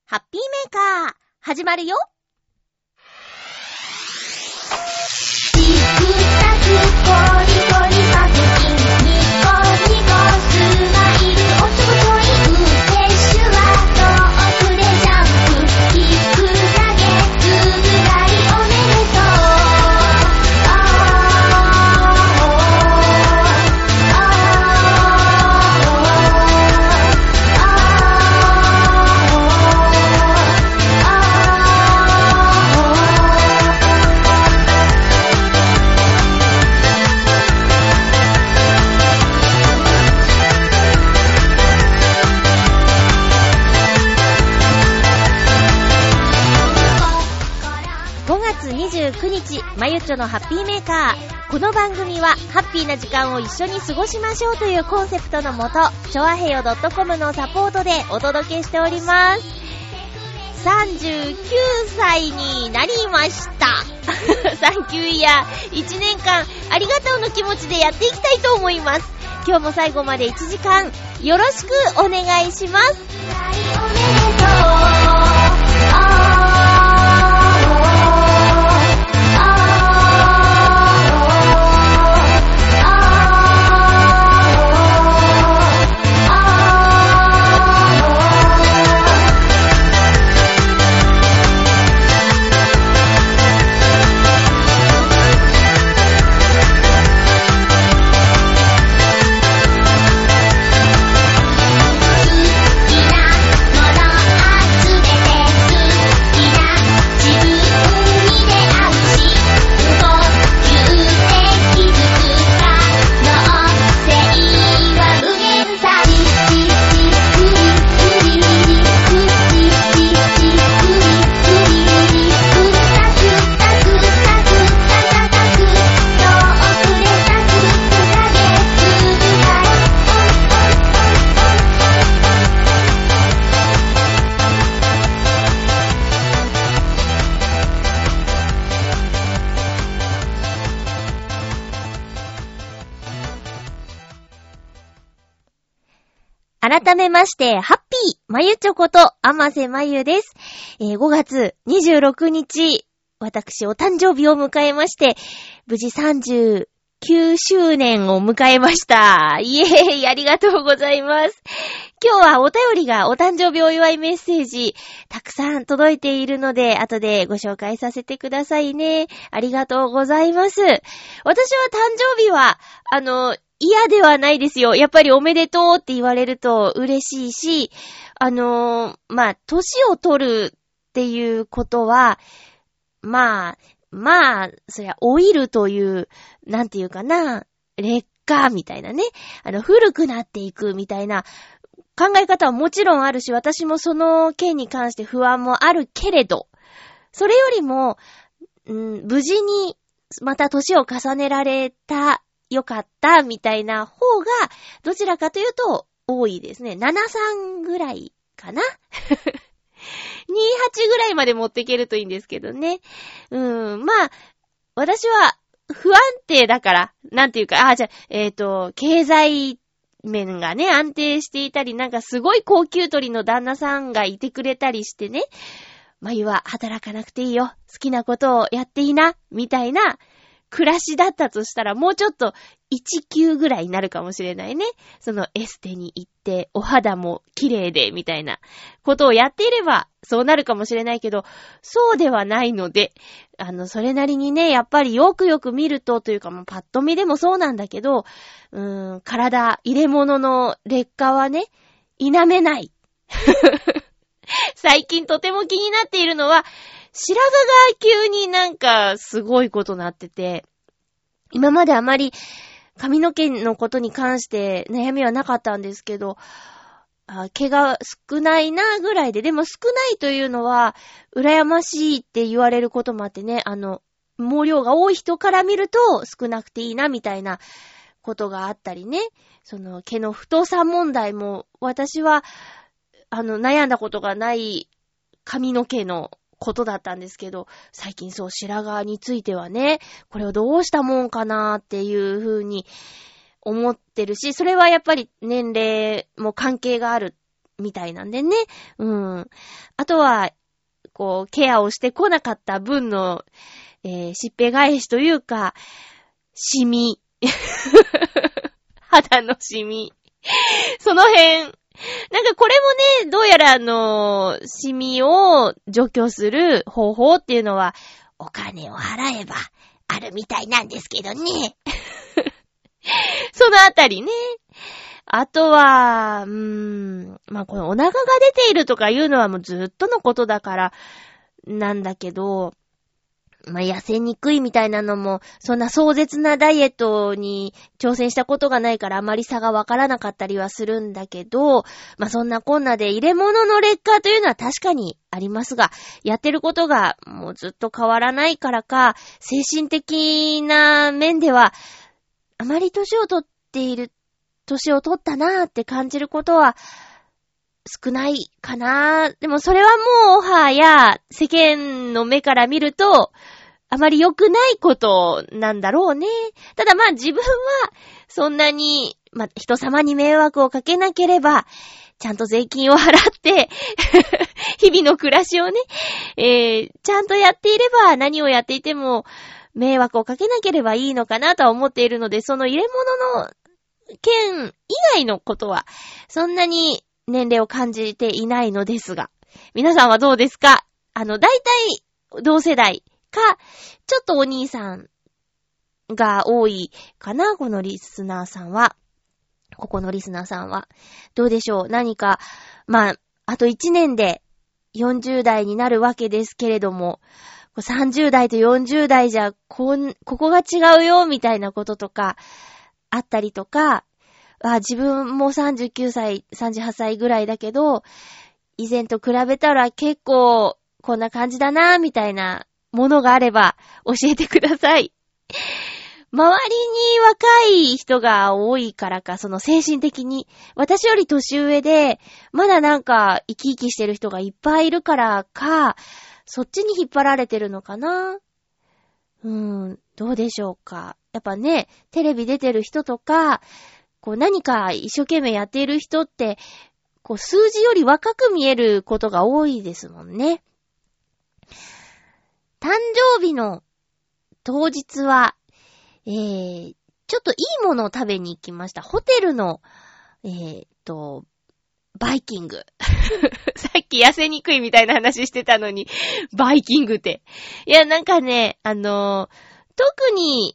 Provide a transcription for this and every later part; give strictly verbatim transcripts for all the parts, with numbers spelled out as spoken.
ハッピーメーカー始まるよ。チクタクコリコリパクチンニコニコスマイルおちょこちょいフレッシュは遠くでジャンプキックだけつぶらいおめでとう。ごがつにじゅうくにち、まゆっちょのハッピーメーカー。この番組はハッピーな時間を一緒に過ごしましょうというコンセプトのもと、チョアヘヨ .com のサポートでお届けしております。さんじゅうきゅうさいになりました。サンキューイヤーいちねんかんありがとうの気持ちでやっていきたいと思います。今日も最後までいちじかんよろしくお願いします。改めまして、ハッピーまゆちょこと、あませまゆです。えー、ごがつにじゅうろくにち、私お誕生日を迎えまして、無事さんじゅうきゅうしゅうねんを迎えました。イエーイ、ありがとうございます。今日はお便りがお誕生日お祝いメッセージ、たくさん届いているので、後でご紹介させてくださいね。ありがとうございます。私は誕生日は、あの、嫌ではないですよ。やっぱりおめでとうって言われると嬉しいし、あのー、まあ、年を取るっていうことは、まあ、まあ、そりゃ老いるという、なんていうかな、劣化みたいなね、あの、古くなっていくみたいな考え方はもちろんあるし、私もその件に関して不安もあるけれど、それよりも、うん、無事にまた年を重ねられた、よかったみたいな方がどちらかというと多いですね。ななじゅうさんぐらいかな。にじゅうはちぐらいまで持っていけるといいんですけどね。うん、まあ私は不安定だからなんていうか、あじゃあえっと経済面がね安定していたり、なんかすごい高級取りの旦那さんがいてくれたりしてね。まゆは働かなくていいよ。好きなことをやっていいなみたいな。暮らしだったとしたらもうちょっといち級ぐらいになるかもしれないね。そのエステに行ってお肌も綺麗でみたいなことをやっていればそうなるかもしれないけど、そうではないので、あのそれなりにね、やっぱりよくよく見るとというかもうパッと見でもそうなんだけど、うーん体入れ物の劣化はね否めない。最近とても気になっているのは白髪が急になんかすごいことになってて、今まであまり髪の毛のことに関して悩みはなかったんですけど、あ毛が少ないなぐらいで、でも少ないというのは羨ましいって言われることもあってね、あの毛量が多い人から見ると少なくていいなみたいなことがあったりね、その毛の太さ問題も私はあの悩んだことがない髪の毛のことだったんですけど、最近そう白髪についてはね、これをどうしたもんかなっていうふうに思ってるし、それはやっぱり年齢も関係があるみたいなんでね。うん。あとは、こう、ケアをしてこなかった分の、えー、しっぺ返しというか、シミ。肌のシミ。その辺。なんかこれもね、どうやらあの、シミを除去する方法っていうのは、お金を払えばあるみたいなんですけどね。そのあたりね。あとは、うーん、まあ、このお腹が出ているとかいうのはもうずっとのことだから、なんだけど、まあ、痩せにくいみたいなのも、そんな壮絶なダイエットに挑戦したことがないからあまり差がわからなかったりはするんだけど、まあ、そんなこんなで入れ物の劣化というのは確かにありますが、やってることがもうずっと変わらないからか、精神的な面では、あまり年を取っている、年を取ったなーって感じることは、少ないかな。でもそれはもう、はや、世間の目から見ると、あまり良くないことなんだろうね。ただまあ自分は、そんなに、まあ人様に迷惑をかけなければ、ちゃんと税金を払って、日々の暮らしをね、えー、ちゃんとやっていれば何をやっていても、迷惑をかけなければいいのかなとは思っているので、その入れ物の件以外のことは、そんなに、年齢を感じていないのですが、皆さんはどうですか？あの、大体、同世代か、ちょっとお兄さんが多いかな、このリスナーさんは。ここのリスナーさんは。どうでしょう？何か、まあ、あといちねんでよんじゅう代になるわけですけれども、さんじゅう代とよんじゅう代じゃ、こん、ここが違うよ、みたいなこととか、あったりとか、あ、自分もさんじゅうきゅうさい、さんじゅうはっさいぐらいだけど、以前と比べたら結構こんな感じだな、みたいなものがあれば教えてください。周りに若い人が多いからか、その精神的に、私より年上で、まだなんか生き生きしてる人がいっぱいいるからか、そっちに引っ張られてるのかな？うーん、どうでしょうか。やっぱね、テレビ出てる人とか、こう何か一生懸命やっている人って、こう数字より若く見えることが多いですもんね。誕生日の当日は、えー、ちょっといいものを食べに行きました。ホテルの、えーと、バイキング。さっき痩せにくいみたいな話してたのに、バイキングって。いや、なんかね、あのー、特に、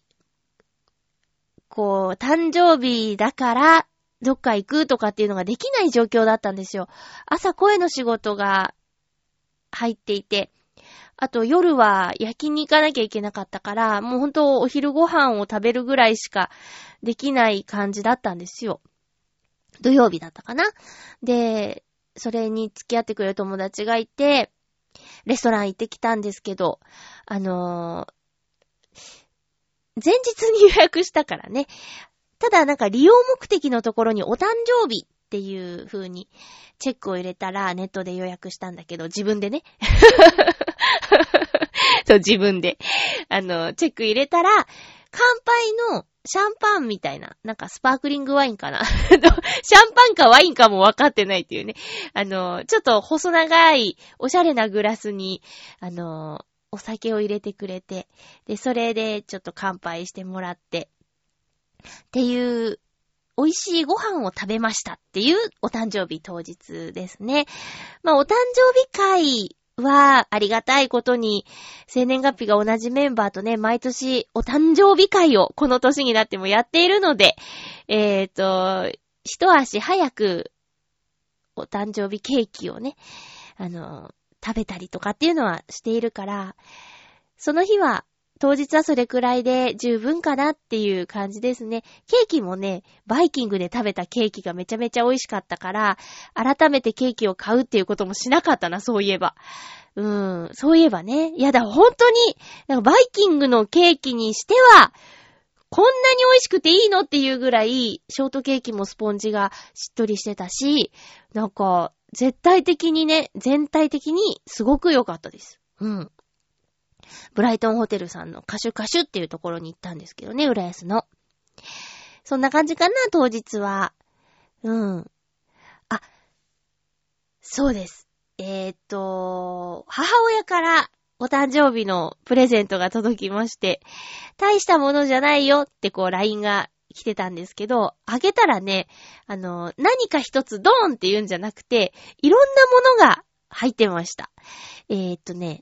こう、誕生日だから、どっか行くとかっていうのができない状況だったんですよ。朝声の仕事が入っていて、あと夜は焼きに行かなきゃいけなかったから、もうほんとお昼ご飯を食べるぐらいしかできない感じだったんですよ。土曜日だったかな。で、それに付き合ってくれる友達がいて、レストラン行ってきたんですけど、あのー、前日に予約したからね。ただなんか利用目的のところにお誕生日っていう風にチェックを入れたらネットで予約したんだけど、自分でね。そう、自分で。あの、チェック入れたら、乾杯のシャンパンみたいな、なんかスパークリングワインかな。シャンパンかワインかも分かってないっていうね。あの、ちょっと細長い、おしゃれなグラスに、あの、お酒を入れてくれて、で、それでちょっと乾杯してもらって、っていう、美味しいご飯を食べましたっていうお誕生日当日ですね。まあ、お誕生日会は、ありがたいことに、生年月日が同じメンバーとね、毎年お誕生日会をこの年になってもやっているので、えっと、一足早く、お誕生日ケーキをね、あの、食べたりとかっていうのはしているから、その日は、当日はそれくらいで十分かなっていう感じですね。ケーキもね、バイキングで食べたケーキがめちゃめちゃ美味しかったから、改めてケーキを買うっていうこともしなかったな、そういえば。うん、そういえばね。いやだ、本当に、なんかバイキングのケーキにしては、こんなに美味しくていいのっていうぐらい、ショートケーキもスポンジがしっとりしてたし、なんか、絶対的にね、全体的にすごく良かったです。うん。ブライトンホテルさんのカシュカシュっていうところに行ったんですけどね、浦安の。そんな感じかな、当日は。うん。あ、 そうです。えー、っと、母親からお誕生日のプレゼントが届きまして、大したものじゃないよってこう ライン が来てたんですけど、あげたらね、あの、何か一つドーンって言うんじゃなくて、いろんなものが入ってました。えー、っとね、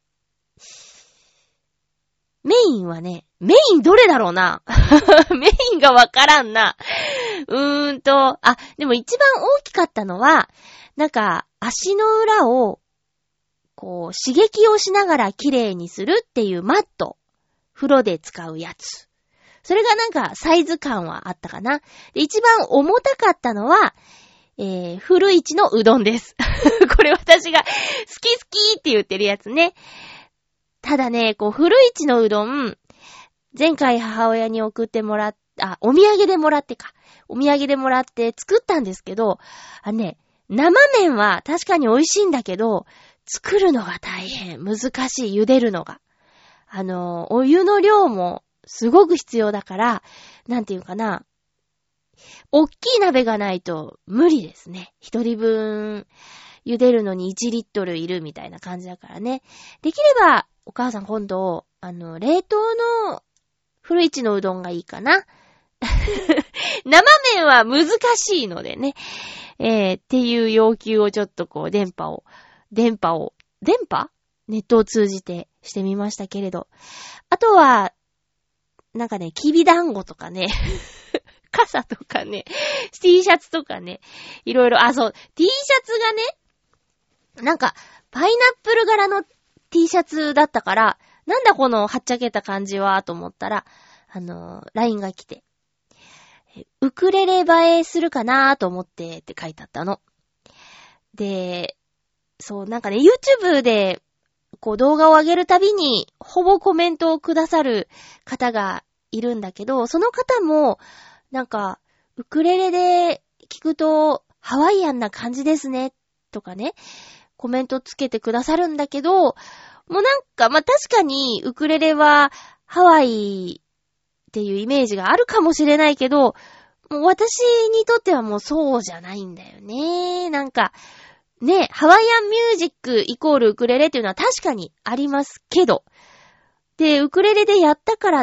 メインはね、メインどれだろうなメインがわからんな。うーんと、あ、でも一番大きかったのは、なんか足の裏をこう刺激をしながら綺麗にするっていうマット。風呂で使うやつ。それがなんかサイズ感はあったかな。で一番重たかったのは、えー、古市のうどんです。これ私が好き好きって言ってるやつね。ただね、こう古市のうどん、前回母親に送ってもらっあ、お土産でもらってか。お土産でもらって作ったんですけど、あのね、生麺は確かに美味しいんだけど、作るのが大変。難しい。茹でるのが。あの、お湯の量もすごく必要だから、なんていうかな。おっきい鍋がないと無理ですね。一人分茹でるのにいちリットルいるみたいな感じだからね。できれば、お母さん今度、あの、冷凍の古市のうどんがいいかな。生麺は難しいのでね。えー、っていう要求をちょっとこう、電波を、電波を、電波？ネットを通じてしてみましたけれど。あとは、なんかね、きびだんごとかね、傘とかね、T シャツとかね、いろいろ、あ、そう、T シャツがね、なんか、パイナップル柄の T シャツだったから、なんだこのはっちゃけた感じは、と思ったら、あの、ライン が来て、ウクレレ映えするかなと思ってって書いてあったの。で、そう、なんかね、YouTube で、こう動画を上げるたびに、ほぼコメントをくださる方がいるんだけど、その方も、なんか、ウクレレで聞くと、ハワイアンな感じですね、とかね、コメントつけてくださるんだけど、もうなんか、まあ、確かに、ウクレレは、ハワイっていうイメージがあるかもしれないけど、もう私にとってはもうそうじゃないんだよね。なんか、ね、ハワイアンミュージックイコールウクレレっていうのは確かにありますけど、で、ウクレレでやったからって、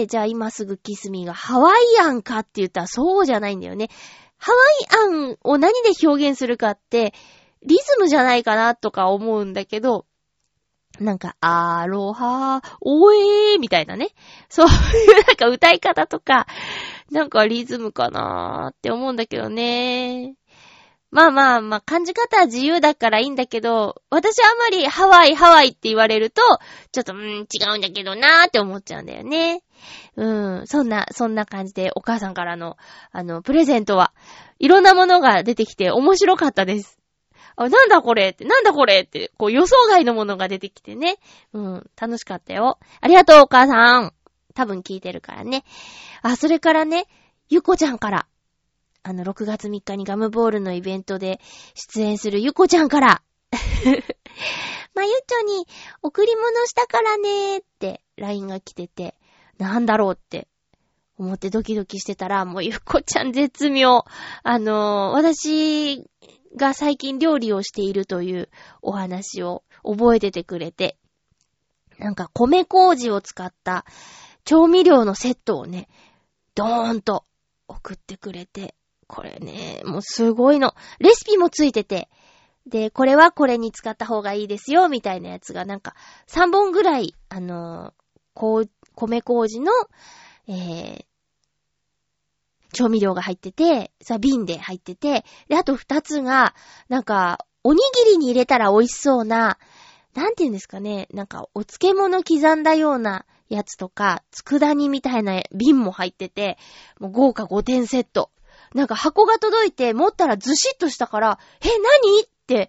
じゃあ今すぐキスミがハワイアンかって言ったらそうじゃないんだよね。ハワイアンを何で表現するかって、リズムじゃないかなとか思うんだけど、なんか、アロハ、おえーみたいなね。そういうなんか歌い方とか、なんかリズムかなーって思うんだけどね。まあまあまあ、感じ方は自由だからいいんだけど、私はあまりハワイハワイって言われると、ちょっと、うーん、違うんだけどなーって思っちゃうんだよね。うん、そんな、そんな感じでお母さんからの、あの、プレゼントは、いろんなものが出てきて面白かったです。あ、なんだこれって、なんだこれって、こう予想外のものが出てきてね。うん、楽しかったよ。ありがとうお母さん。多分聞いてるからね。あ、それからね、ゆこちゃんから。あの、ろくがつみっかにガムボールのイベントで出演するゆこちゃんから。まゆちょに贈り物したからねーって ライン が来てて、なんだろうって思ってドキドキしてたら、もうゆこちゃん絶妙。あのー、私が最近料理をしているというお話を覚えててくれて、なんか米麹を使った調味料のセットをね、ドーンと送ってくれて、これね、もうすごいの。レシピもついてて、で、これはこれに使った方がいいですよ、みたいなやつがなんかさんぼんぐらい、あのー、こう、米麹の、えー、調味料が入ってて、さ、瓶で入ってて、で、あとふたつが、なんか、おにぎりに入れたら美味しそうな、なんて言うんですかね、なんか、お漬物刻んだようなやつとか、佃煮みたいな瓶も入ってて、もう豪華ごてんセット。なんか箱が届いて持ったらずしっとしたから、え、何って、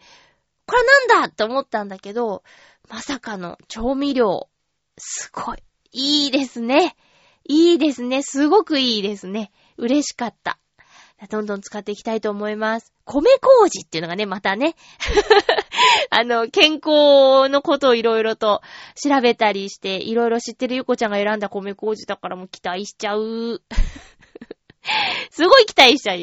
これなんだって思ったんだけど、まさかの調味料。すごい。いいですね。いいですね。すごくいいですね。嬉しかった。どんどん使っていきたいと思います。米麹っていうのがね、またね。あの、健康のことをいろいろと調べたりして、いろいろ知ってるゆこちゃんが選んだ米麹だからもう期待しちゃう。すごい期待しちゃいます。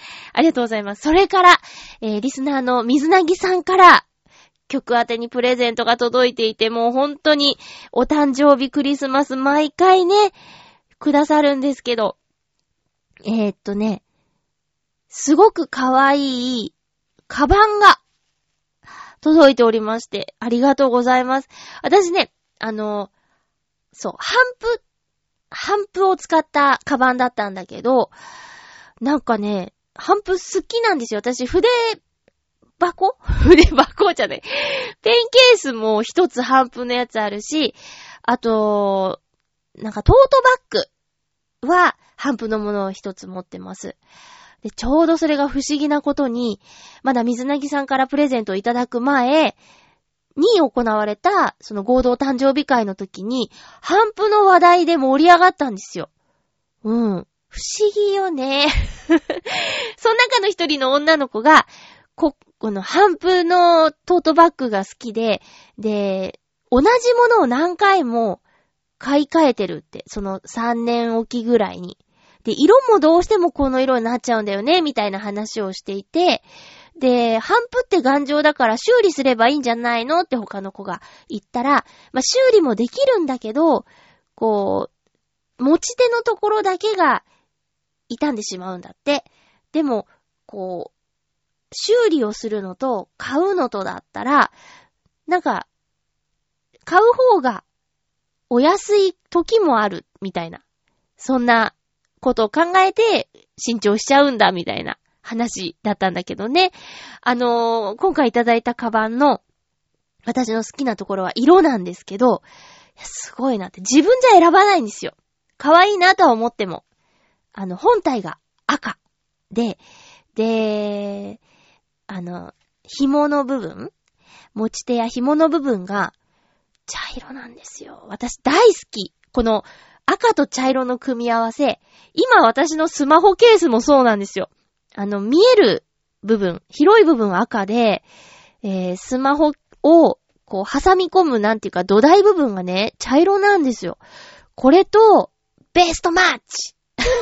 ありがとうございます。それから、えー、リスナーの水なぎさんから曲宛てにプレゼントが届いていて、もう本当にお誕生日クリスマス毎回ね、くださるんですけど、えー、っとね、すごく可愛いカバンが届いておりまして、ありがとうございます。私ね、あの、そう、ハンプ、ハンプを使ったカバンだったんだけど、なんかね、ハンプ好きなんですよ。私、筆箱筆箱じゃない。ペンケースも一つハンプのやつあるし、あと、なんかトートバッグはハンプのものを一つ持ってます。で、ちょうどそれが不思議なことに、まだ水なぎさんからプレゼントをいただく前に行われた、その合同誕生日会の時に、ハンプの話題で盛り上がったんですよ。うん。不思議よね。その中の一人の女の子が、こ、このハンプのトートバッグが好きで、で、同じものを何回も買い替えてるって、そのさんねんおきぐらいに。で、色もどうしてもこの色になっちゃうんだよね、みたいな話をしていて、で、ハンプって頑丈だから修理すればいいんじゃないのって他の子が言ったら、まあ、修理もできるんだけど、こう、持ち手のところだけが傷んでしまうんだって。でも、こう、修理をするのと買うのとだったら、なんか、買う方がお安い時もある、みたいな。そんなことを考えて新調しちゃうんだ、みたいな話だったんだけどね。あのー、今回いただいたカバンの私の好きなところは色なんですけど、すごいなって。自分じゃ選ばないんですよ。可愛いなとは思っても。あの、本体が赤。で、で、あの、紐の部分持ち手や紐の部分が茶色なんですよ。私大好き。この赤と茶色の組み合わせ。今私のスマホケースもそうなんですよ。あの、見える部分、広い部分は赤で、えー、スマホをこう挟み込むなんていうか土台部分がね、茶色なんですよ。これと、ベストマッチ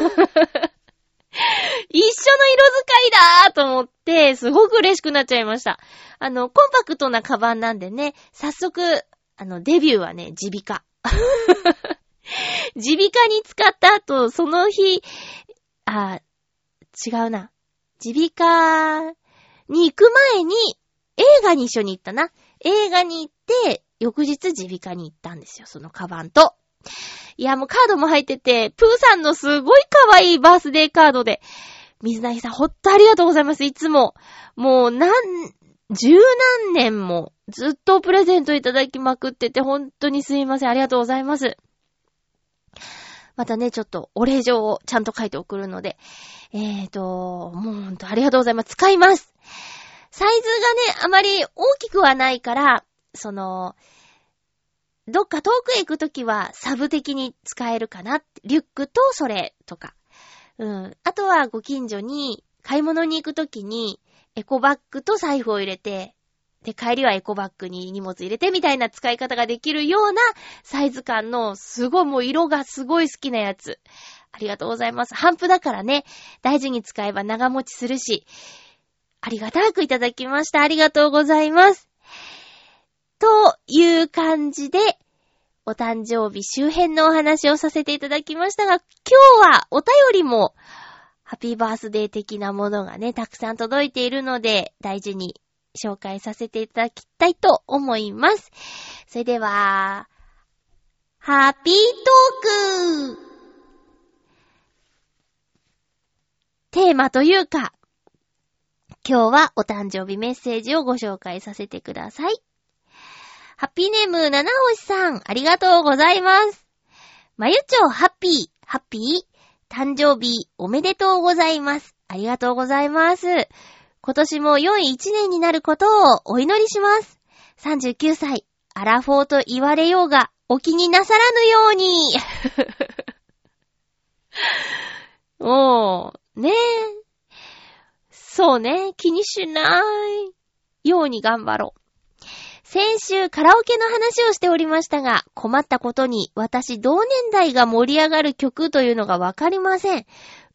一緒の色使いだーと思って、すごく嬉しくなっちゃいました。あの、コンパクトなカバンなんでね、早速、あの、デビューはね、耳鼻科。耳鼻科に使った後、その日、あ、違うな。耳鼻科に行く前に、映画に一緒に行ったな。映画に行って、翌日耳鼻科に行ったんですよ、そのカバンと。いや、もうカードも入ってて、プーさんのすごい可愛いバースデーカードで、水なぎさん、ほんとありがとうございます。いつも、もう何、十何年もずっとプレゼントいただきまくってて、本当にすいません。ありがとうございます。またね、ちょっとお礼状をちゃんと書いて送るので、えーと、もうほんとありがとうございます。使います。サイズがね、あまり大きくはないから、その、どっか遠くへ行くときはサブ的に使えるかなって。リュックとそれとか。うん。あとはご近所に買い物に行くときにエコバッグと財布を入れて、で、帰りはエコバッグに荷物入れてみたいな使い方ができるようなサイズ感のすごいもう色がすごい好きなやつ。ありがとうございます。ハンプだからね、大事に使えば長持ちするし、ありがたくいただきました。ありがとうございます。という感じで、お誕生日周辺のお話をさせていただきましたが、今日はお便りもハッピーバースデー的なものがね、たくさん届いているので、大事に紹介させていただきたいと思います。それでは、ハッピートークテーマというか、今日はお誕生日メッセージをご紹介させてください。ハッピーネーム七星さん、ありがとうございます。まゆちょハッピー、ハッピー、誕生日おめでとうございます。ありがとうございます。今年も良い一年になることをお祈りします。さんじゅうきゅうさい、アラフォーと言われようがお気になさらぬように。おー、ねえ。そうね、気にしないように頑張ろう。先週カラオケの話をしておりましたが、困ったことに私同年代が盛り上がる曲というのがわかりません。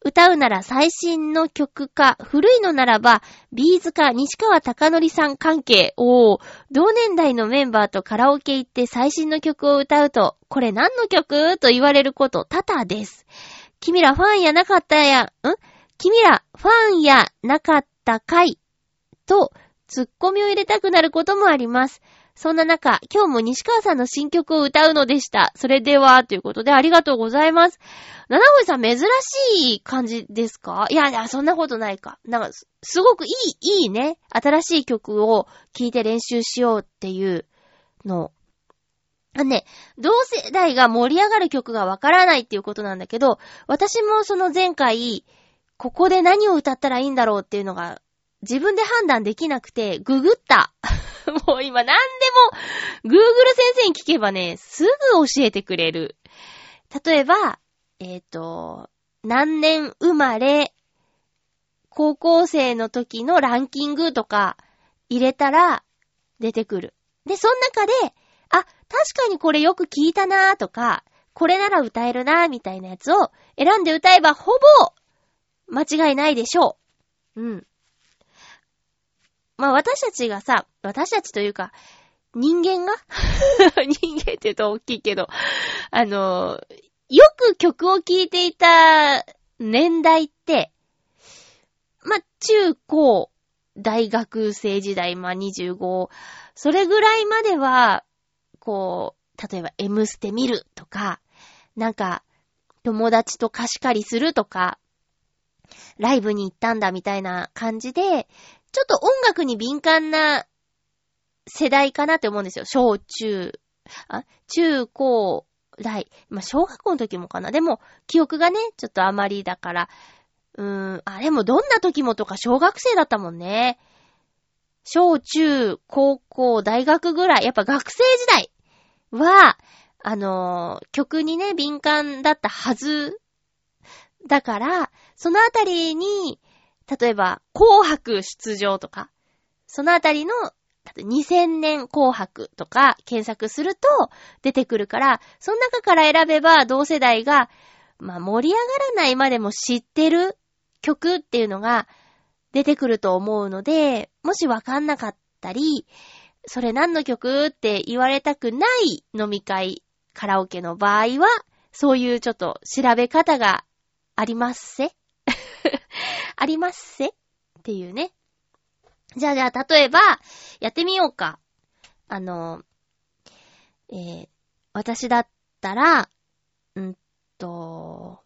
歌うなら最新の曲か、古いのならば、ビーズか西川貴教さん関係。おー、同年代のメンバーとカラオケ行って最新の曲を歌うと、これ何の曲と言われること多々です。君らファンやなかったや、ん君らファンやなかったかいと、ツッコミを入れたくなることもあります。そんな中、今日も西川さんの新曲を歌うのでした。それでは、ということでありがとうございます。七星さん珍しい感じですか？いやいや、そんなことないか。なんか、すごくいい、いいね。新しい曲を聴いて練習しようっていうの。あのね、同世代が盛り上がる曲がわからないっていうことなんだけど、私もその前回、ここで何を歌ったらいいんだろうっていうのが、自分で判断できなくて、ググった。もう今何でも、Google 先生に聞けばね、すぐ教えてくれる。例えば、えっと、何年生まれ、高校生の時のランキングとか入れたら出てくる。で、その中で、あ、確かにこれよく聞いたなーとか、これなら歌えるなーみたいなやつを選んで歌えばほぼ間違いないでしょう。うん。まあ私たちがさ、私たちというか、人間が人間って言うと大きいけど、あの、よく曲を聴いていた年代って、まあ中高、大学生時代、まあにじゅうご、それぐらいまでは、こう、例えば M ステ見るとか、なんか、友達と貸し借りするとか、ライブに行ったんだみたいな感じで、ちょっと音楽に敏感な世代かなって思うんですよ。小中、あ、中高大、まあ小学校の時もかな。でも記憶がね、ちょっとあまりだから、うーん、あれもどんな時もとか小学生だったもんね。小中高校大学ぐらい、やっぱ学生時代はあのー、曲にね敏感だったはずだから、そのあたりに例えば、紅白出場とか、そのあたりのにせんねん紅白とか検索すると出てくるから、その中から選べば同世代が、まあ盛り上がらないまでも知ってる曲っていうのが出てくると思うので、もしわかんなかったり、それ何の曲って言われたくない飲み会、カラオケの場合は、そういうちょっと調べ方がありますせありますせっていうね。じゃあじゃあ、例えば、やってみようか。あの、えー、私だったら、んと、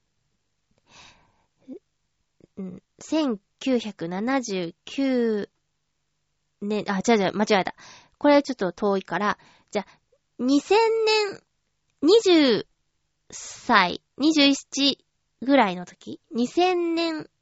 ん、せんきゅうひゃくななじゅうきゅうねん、あ、違う違う、間違えた。これはちょっと遠いから、じゃあ、にせんねん、にじゅっさい、にじゅうななぐらいの時 ?にせんねん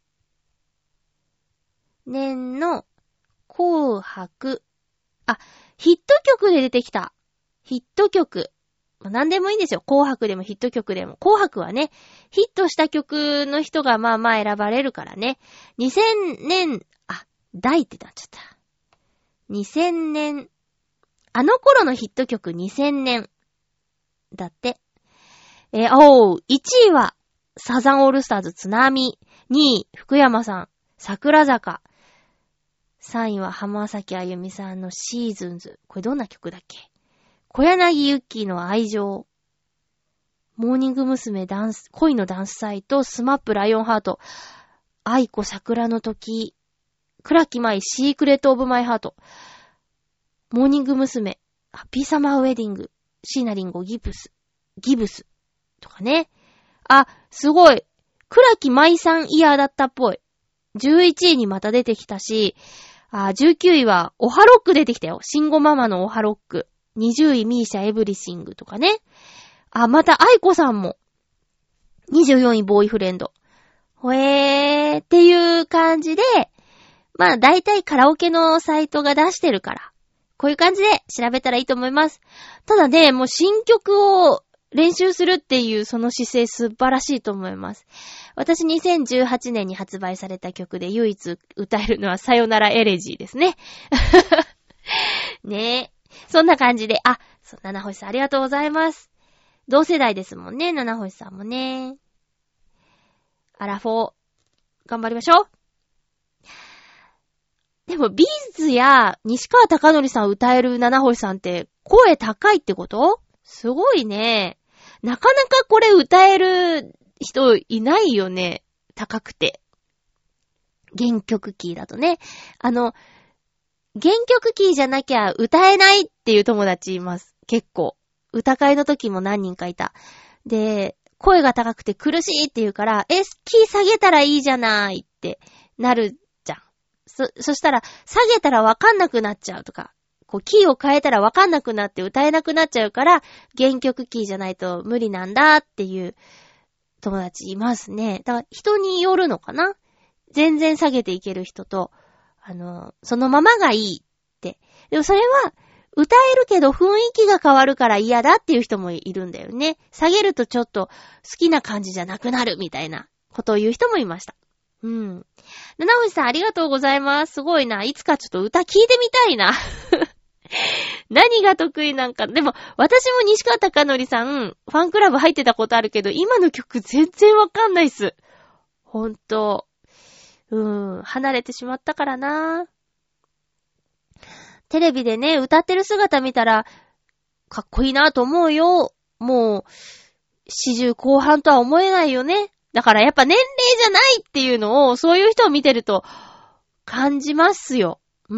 年の紅白。あ、ヒット曲で出てきた。ヒット曲。何でもいいんですよ。紅白でもヒット曲でも。紅白はね、ヒットした曲の人がまあまあ選ばれるからね。にせんねん、あ、大ってなっちゃった。にせんねん、あの頃のヒット曲にせんねん。だって。えー、おー、いちいはサザンオールスターズ津波。にい、福山さん、桜坂。さんいは浜崎あゆみさんのシーズンズ。これどんな曲だっけ？小柳ゆっきーの愛情。モーニング娘。ダンス、恋のダンス祭とスマップライオンハート。愛子桜の時。倉木舞シークレットオブマイハート。モーニング娘。ハッピーサマーウェディング。椎名林檎ギブス。ギブス。とかね。あ、すごい。倉木舞さんイヤーだったっぽい。じゅういちいにまた出てきたし、あ、じゅうきゅういはオハロック出てきたよ。シンゴママのオハロック。にじゅういミーシャエブリシングとかね。あ、また愛子さんも。にじゅうよんいボーイフレンド。ほえーっていう感じで、まあ大体カラオケのサイトが出してるから、こういう感じで調べたらいいと思います。ただね、もう新曲を練習するっていうその姿勢素晴らしいと思います。私にせんじゅうはちねんに発売された曲で唯一歌えるのはさよならエレジーですね。ねえ。そんな感じで、あ、そう、七星さんありがとうございます。同世代ですもんね、七星さんもね。 アラフォー、頑張りましょう。でも、ビーズや西川貴教さん歌える七星さんって声高いってこと？すごいね。なかなかこれ歌える人いないよね。高くて。原曲キーだとね。あの、原曲キーじゃなきゃ歌えないっていう友達います。結構。歌会の時も何人かいた。で、声が高くて苦しいって言うから、え、キー下げたらいいじゃないってなるじゃん。そ、そしたら、下げたらわかんなくなっちゃうとか、こう、キーを変えたらわかんなくなって歌えなくなっちゃうから、原曲キーじゃないと無理なんだっていう友達いますね。だから人によるのかな？全然下げていける人と、あの、そのままがいいって。でもそれは、歌えるけど雰囲気が変わるから嫌だっていう人もいるんだよね。下げるとちょっと好きな感じじゃなくなるみたいなことを言う人もいました。うん。七星さんありがとうございます。すごいな。いつかちょっと歌聞いてみたいな。何が得意なんか。でも、私も西川貴教さん、ファンクラブ入ってたことあるけど、今の曲全然わかんないっす。ほんと。うーん、離れてしまったからな。テレビでね、歌ってる姿見たら、かっこいいなと思うよ。もう、四十後半とは思えないよね。だからやっぱ年齢じゃないっていうのを、そういう人を見てると、感じますよ。うん。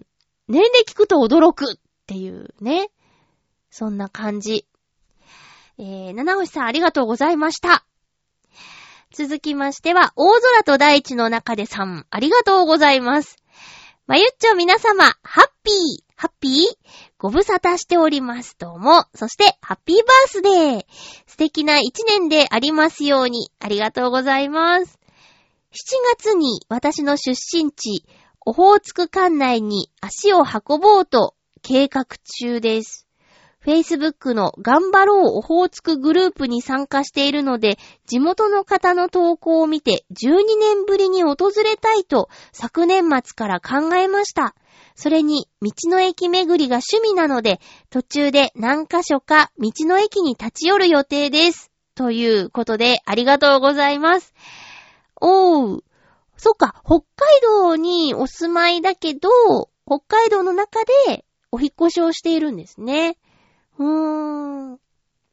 年齢聞くと驚くっていうね。そんな感じ。えー、七星さんありがとうございました。続きましては、大空と大地の中でさん、ありがとうございます。まゆっちょ皆様、ハッピー、ハッピーご無沙汰しております。どうも。そして、ハッピーバースデー。素敵な一年でありますように。ありがとうございます。しちがつに私の出身地、オホーツク管内に足を運ぼうと計画中です。Facebook の頑張ろうオホーツクグループに参加しているので、地元の方の投稿を見てじゅうにねんぶりに訪れたいと昨年末から考えました。それに道の駅巡りが趣味なので、途中で何か所か道の駅に立ち寄る予定です。ということでありがとうございます。おー、そっか、北海道にお住まいだけど、北海道の中でお引っ越しをしているんですね。うーん。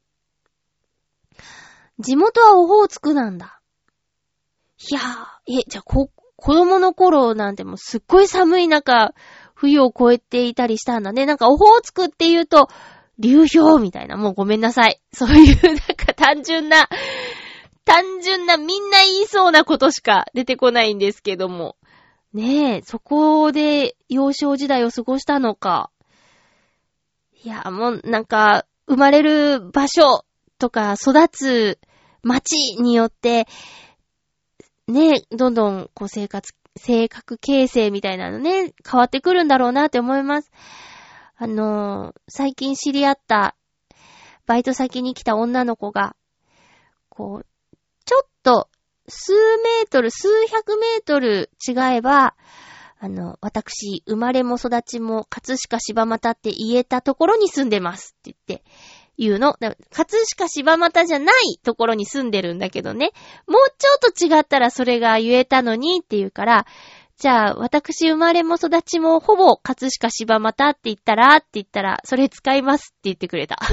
地元はオホーツクなんだ。いやー、え、じゃあこ、子供の頃なんてもうすっごい寒い中、冬を越えていたりしたんだね。なんかオホーツクって言うと、流氷みたいな、もうごめんなさい。そういうなんか単純な、単純なみんな言いそうなことしか出てこないんですけども。ねえ、そこで幼少時代を過ごしたのか。いや、もうなんか、生まれる場所とか育つ町によって、ね、どんどんこう生活、性格形成みたいなのね、変わってくるんだろうなって思います。あのー、最近知り合ったバイト先に来た女の子が、こう、ちょっと数メートル、数百メートル違えば、あの、私、生まれも育ちも葛飾柴又って言えたところに住んでますって言って言うの。葛飾柴又じゃないところに住んでるんだけどね。もうちょっと違ったらそれが言えたのにって言うから、じゃあ私生まれも育ちもほぼ葛飾柴又って言ったらって言ったら、それ使いますって言ってくれた。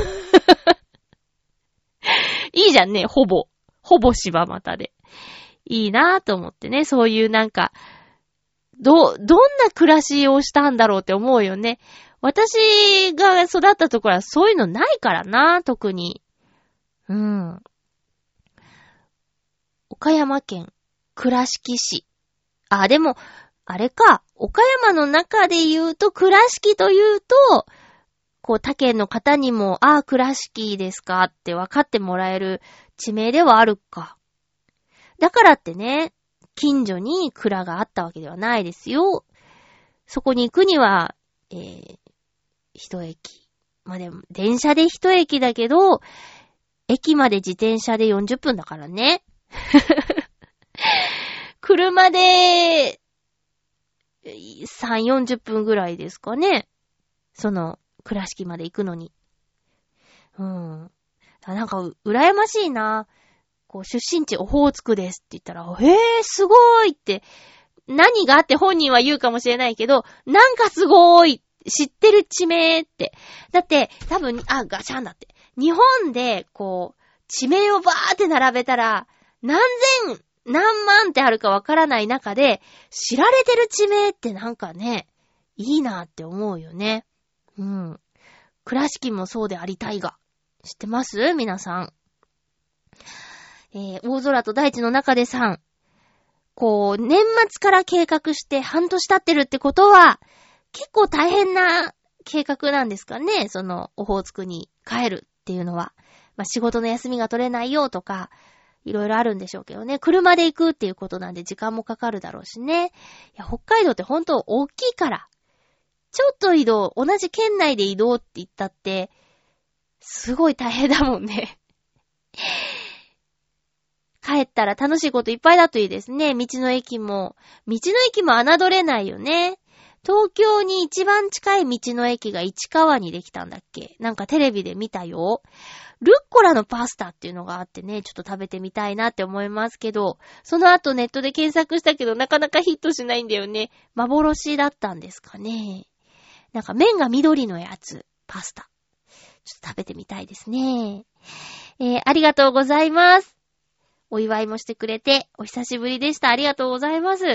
いいじゃんね、ほぼ。ほぼ柴又で。いいなぁと思ってね、そういうなんか、ど、どんな暮らしをしたんだろうって思うよね。私が育ったところはそういうのないからな、特に。うん。岡山県倉敷市。あ、でも、あれか、岡山の中で言うと倉敷というと、こう他県の方にも、ああ、倉敷ですかって分かってもらえる地名ではあるか。だからってね、近所に蔵があったわけではないですよ。そこに行くには、えー、一駅。まあ、でも、電車で一駅だけど、駅まで自転車でよんじゅっぷんだからね。車で、さん、よんじゅっぷんぐらいですかね。その、倉敷まで行くのに。うん。なんか、う、羨ましいな。 こう出身地オホーツクですって言ったら、へーすごいって、何があって本人は言うかもしれないけど、なんかすごい知ってる地名って。だって多分、あ、ガシャンだって。日本でこう、地名をバーって並べたら、何千、何万ってあるかわからない中で、知られてる地名ってなんかね、いいなって思うよね。うん。倉敷もそうでありたいが。知ってます皆さん。えー、大空と大地の中でさん。こう、年末から計画して半年経ってるってことは、結構大変な計画なんですかね。その、オホーツクに帰るっていうのは。まあ、仕事の休みが取れないよとか、いろいろあるんでしょうけどね。車で行くっていうことなんで時間もかかるだろうしね。いや、北海道って本当大きいから。ちょっと移動、同じ県内で移動って言ったって、すごい大変だもんね。帰ったら楽しいこといっぱいだといいですね。道の駅も、道の駅も侮れないよね。東京に一番近い道の駅が市川にできたんだっけ？なんかテレビで見たよ。ルッコラのパスタっていうのがあってね、ちょっと食べてみたいなって思いますけど、その後ネットで検索したけどなかなかヒットしないんだよね。幻だったんですかね。なんか麺が緑のやつ、パスタ。ちょっと食べてみたいですね。えー、ありがとうございます。お祝いもしてくれて、お久しぶりでした。ありがとうございます。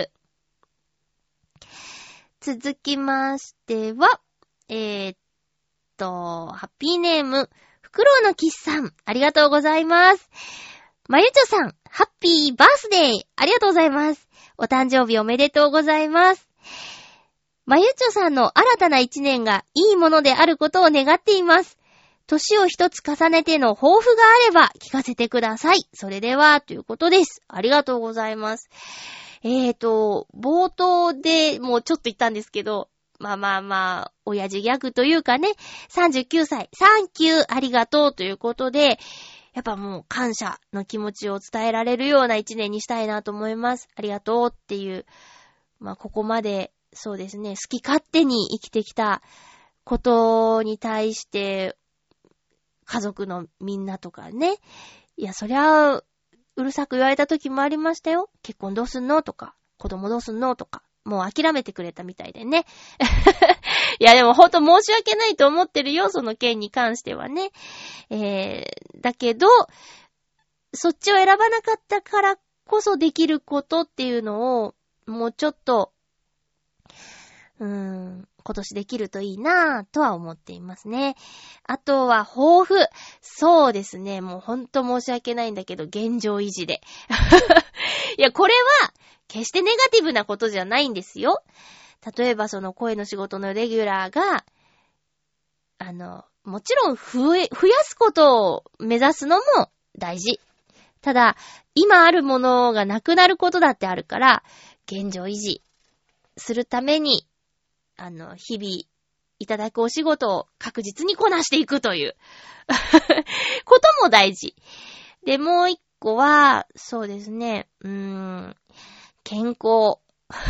続きましては、えー、っと、ハッピーネーム、フクロウのキスさん、ありがとうございます。まゆちょさん、ハッピーバースデー、ありがとうございます。お誕生日おめでとうございます。まゆちょさんの新たな一年がいいものであることを願っています。年を一つ重ねての抱負があれば聞かせてください。それでは、ということです。ありがとうございます。えーと、冒頭でもうちょっと言ったんですけど、まあまあまあ、親父ギャグというかね、さんじゅうきゅうさい、サンキュー、ありがとうということで、やっぱもう感謝の気持ちを伝えられるような一年にしたいなと思います。ありがとうっていう、まあここまで、そうですね、好き勝手に生きてきたことに対して、家族のみんなとかね。いや、そりゃ、うるさく言われた時もありましたよ。結婚どうすんのとか、子供どうすんのとか。もう諦めてくれたみたいでね。いや、でもほんと申し訳ないと思ってるよ、その件に関してはね。えー、だけど、そっちを選ばなかったからこそできることっていうのを、もうちょっと、うーん、今年できるといいなぁとは思っていますね。あとは抱負。そうですね。もうほんと申し訳ないんだけど、現状維持で。いや、これは決してネガティブなことじゃないんですよ。例えばその声の仕事のレギュラーが、あの、もちろん増え、増やすことを目指すのも大事。ただ、今あるものがなくなることだってあるから、現状維持するために、あの、日々いただくお仕事を確実にこなしていくということも大事。で、もう一個は、そうですね、うーん、健康。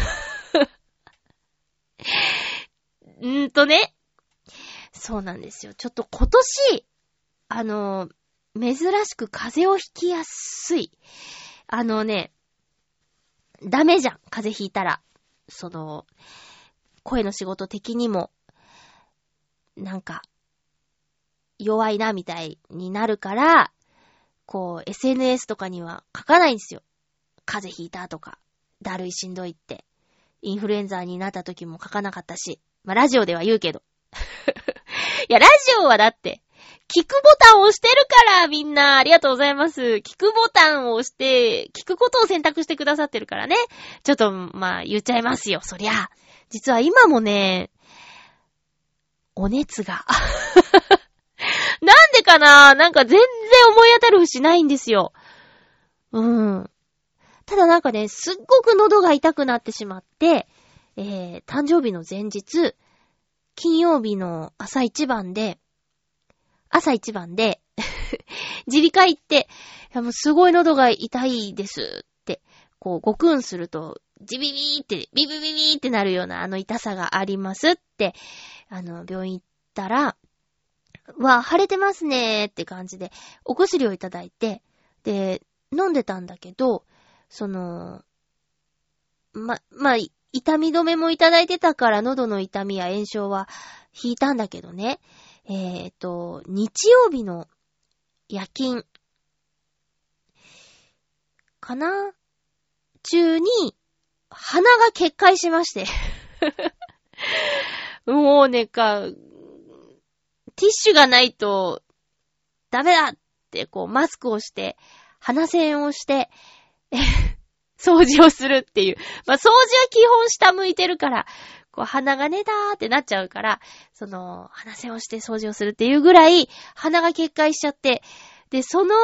うーんとね、そうなんですよ。ちょっと今年、あの、珍しく風邪をひきやすい。あのね、ダメじゃん、風邪ひいたら。その、声の仕事的にも、なんか、弱いなみたいになるから、こう、エスエヌエス とかには書かないんですよ。風邪ひいたとか、だるいしんどいって。インフルエンザになった時も書かなかったし。まあ、ラジオでは言うけど。いや、ラジオはだって、聞くボタンを押してるから、みんな。ありがとうございます。聞くボタンを押して、聞くことを選択してくださってるからね。ちょっと、まあ、言っちゃいますよ。そりゃ。実は今もね、お熱が。なんでかな？なんか全然思い当たる節ないんですよ。うん。ただなんかね、すっごく喉が痛くなってしまって、えー、誕生日の前日、金曜日の朝一番で、朝一番で、耳鼻科行って、いやもうすごい喉が痛いですって、こう、ごくんすると、ジビビーって、ビビビビーってなるようなあの痛さがありますって、あの、病院行ったら、わ、腫れてますねーって感じで、お薬をいただいて、で、 飲んでたんだけど、その、ま、まあ、痛み止めもいただいてたから喉の痛みや炎症は引いたんだけどね。えっと、日曜日の夜勤かな中に鼻が決壊しまして。もうねか、ティッシュがないとダメだってこうマスクをして鼻栓をして掃除をするっていう。まあ掃除は基本下向いてるから、こう鼻がねだーってなっちゃうから、その鼻栓をして掃除をするっていうぐらい鼻が決壊しちゃって、で、その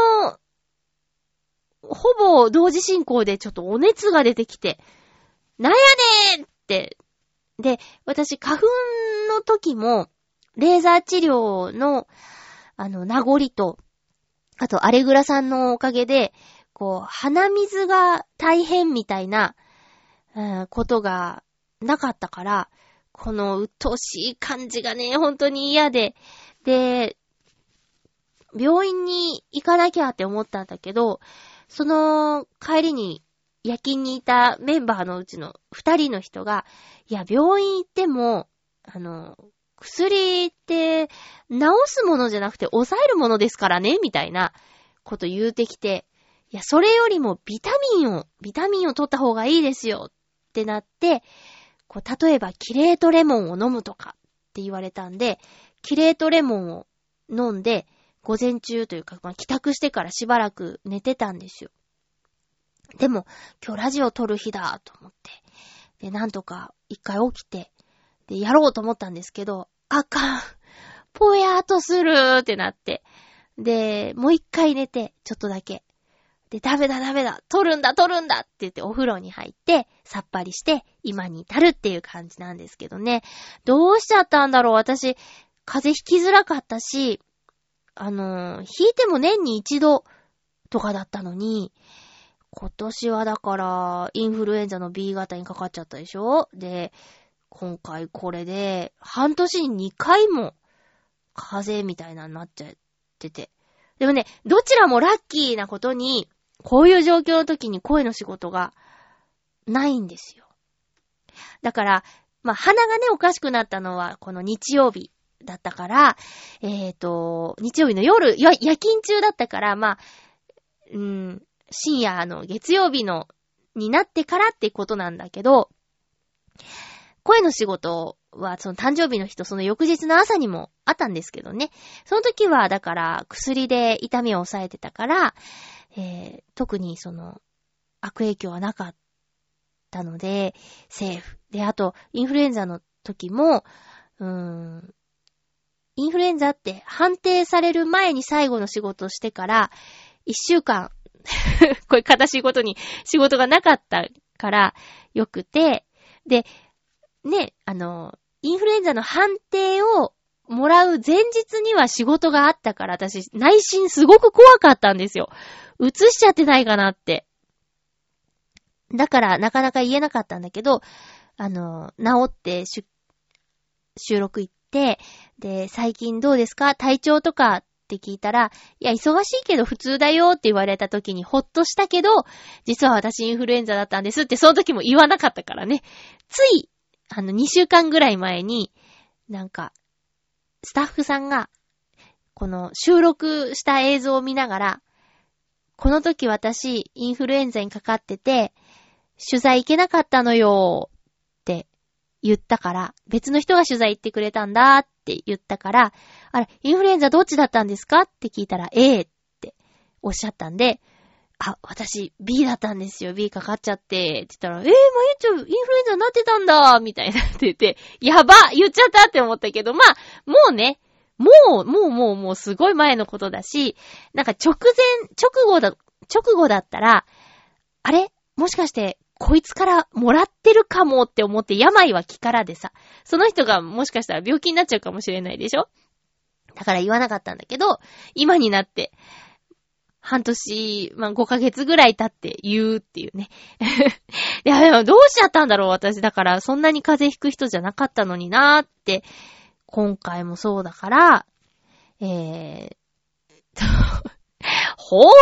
ほぼ同時進行でちょっとお熱が出てきて、なんやねーって。で、私花粉の時もレーザー治療のあの名残と、あとアレグラさんのおかげでこう鼻水が大変みたいな、うん、ことがなかったから、この鬱陶しい感じがね本当に嫌で、で病院に行かなきゃって思ったんだけど、その帰りに夜勤にいたメンバーのうちの二人の人が、いや病院行ってもあの薬って治すものじゃなくて抑えるものですからねみたいなこと言うてきて、いやそれよりもビタミンをビタミンを取った方がいいですよってなって、こう例えばキレートレモンを飲むとかって言われたんで、キレートレモンを飲んで午前中というか、まあ、帰宅してからしばらく寝てたんですよ。でも今日ラジオ撮る日だと思って、でなんとか一回起きて、でやろうと思ったんですけど、あかん、ぽやーっとするーってなって、でもう一回寝てちょっとだけ、でダメだダメだ撮るんだ撮るんだって言ってお風呂に入ってさっぱりして今に至るっていう感じなんですけどね。どうしちゃったんだろう。私風邪ひきづらかったし、あのー、ひいても年に一度とかだったのに、今年はだからインフルエンザの ビー 型にかかっちゃったでしょ。で今回これで半年ににかいも風邪みたいなになっちゃってて、でもねどちらもラッキーなことにこういう状況の時に声の仕事がないんですよ。だからまあ鼻がねおかしくなったのはこの日曜日だったから、えっと日曜日の夜夜勤中だったから、まあうーん深夜の月曜日のになってからってことなんだけど、声の仕事はその誕生日の日とその翌日の朝にもあったんですけどね。その時はだから薬で痛みを抑えてたから、えー、特にその悪影響はなかったのでセーフで、あとインフルエンザの時もうーんインフルエンザって判定される前に最後の仕事をしてからいっしゅうかんこれ悲しいことに仕事がなかったからよくて、でね、あのインフルエンザの判定をもらう前日には仕事があったから、私内心すごく怖かったんですよ。うつしちゃってないかなって。だからなかなか言えなかったんだけど、あの治って収録行って、で最近どうですか体調とかって聞いたら、いや忙しいけど普通だよって言われた時にほっとしたけど、実は私インフルエンザだったんですってその時も言わなかったからね。ついあのにしゅうかんぐらい前になんかスタッフさんがこの収録した映像を見ながら、この時私インフルエンザにかかってて取材行けなかったのよって言ったから、別の人が取材行ってくれたんだって言ったから、あれインフルエンザどっちだったんですかって聞いたら A っておっしゃったんで、あ、私 B だったんですよ。B かかっちゃってって言ったら、えー、まゆちょインフルエンザになってたんだみたいなって言って、やば言っちゃったって思ったけど、まあもうね、もうもうもうもうすごい前のことだし、なんか直前直後だ直後だったら、あれもしかしてこいつからもらってるかもって思って、病は気からでさ、その人がもしかしたら病気になっちゃうかもしれないでしょ。だから言わなかったんだけど、今になって半年、まあごかげつぐらい経って言うっていうね。いやでもどうしちゃったんだろう私。だからそんなに風邪ひく人じゃなかったのになーって、今回もそうだから、えー、抱負っ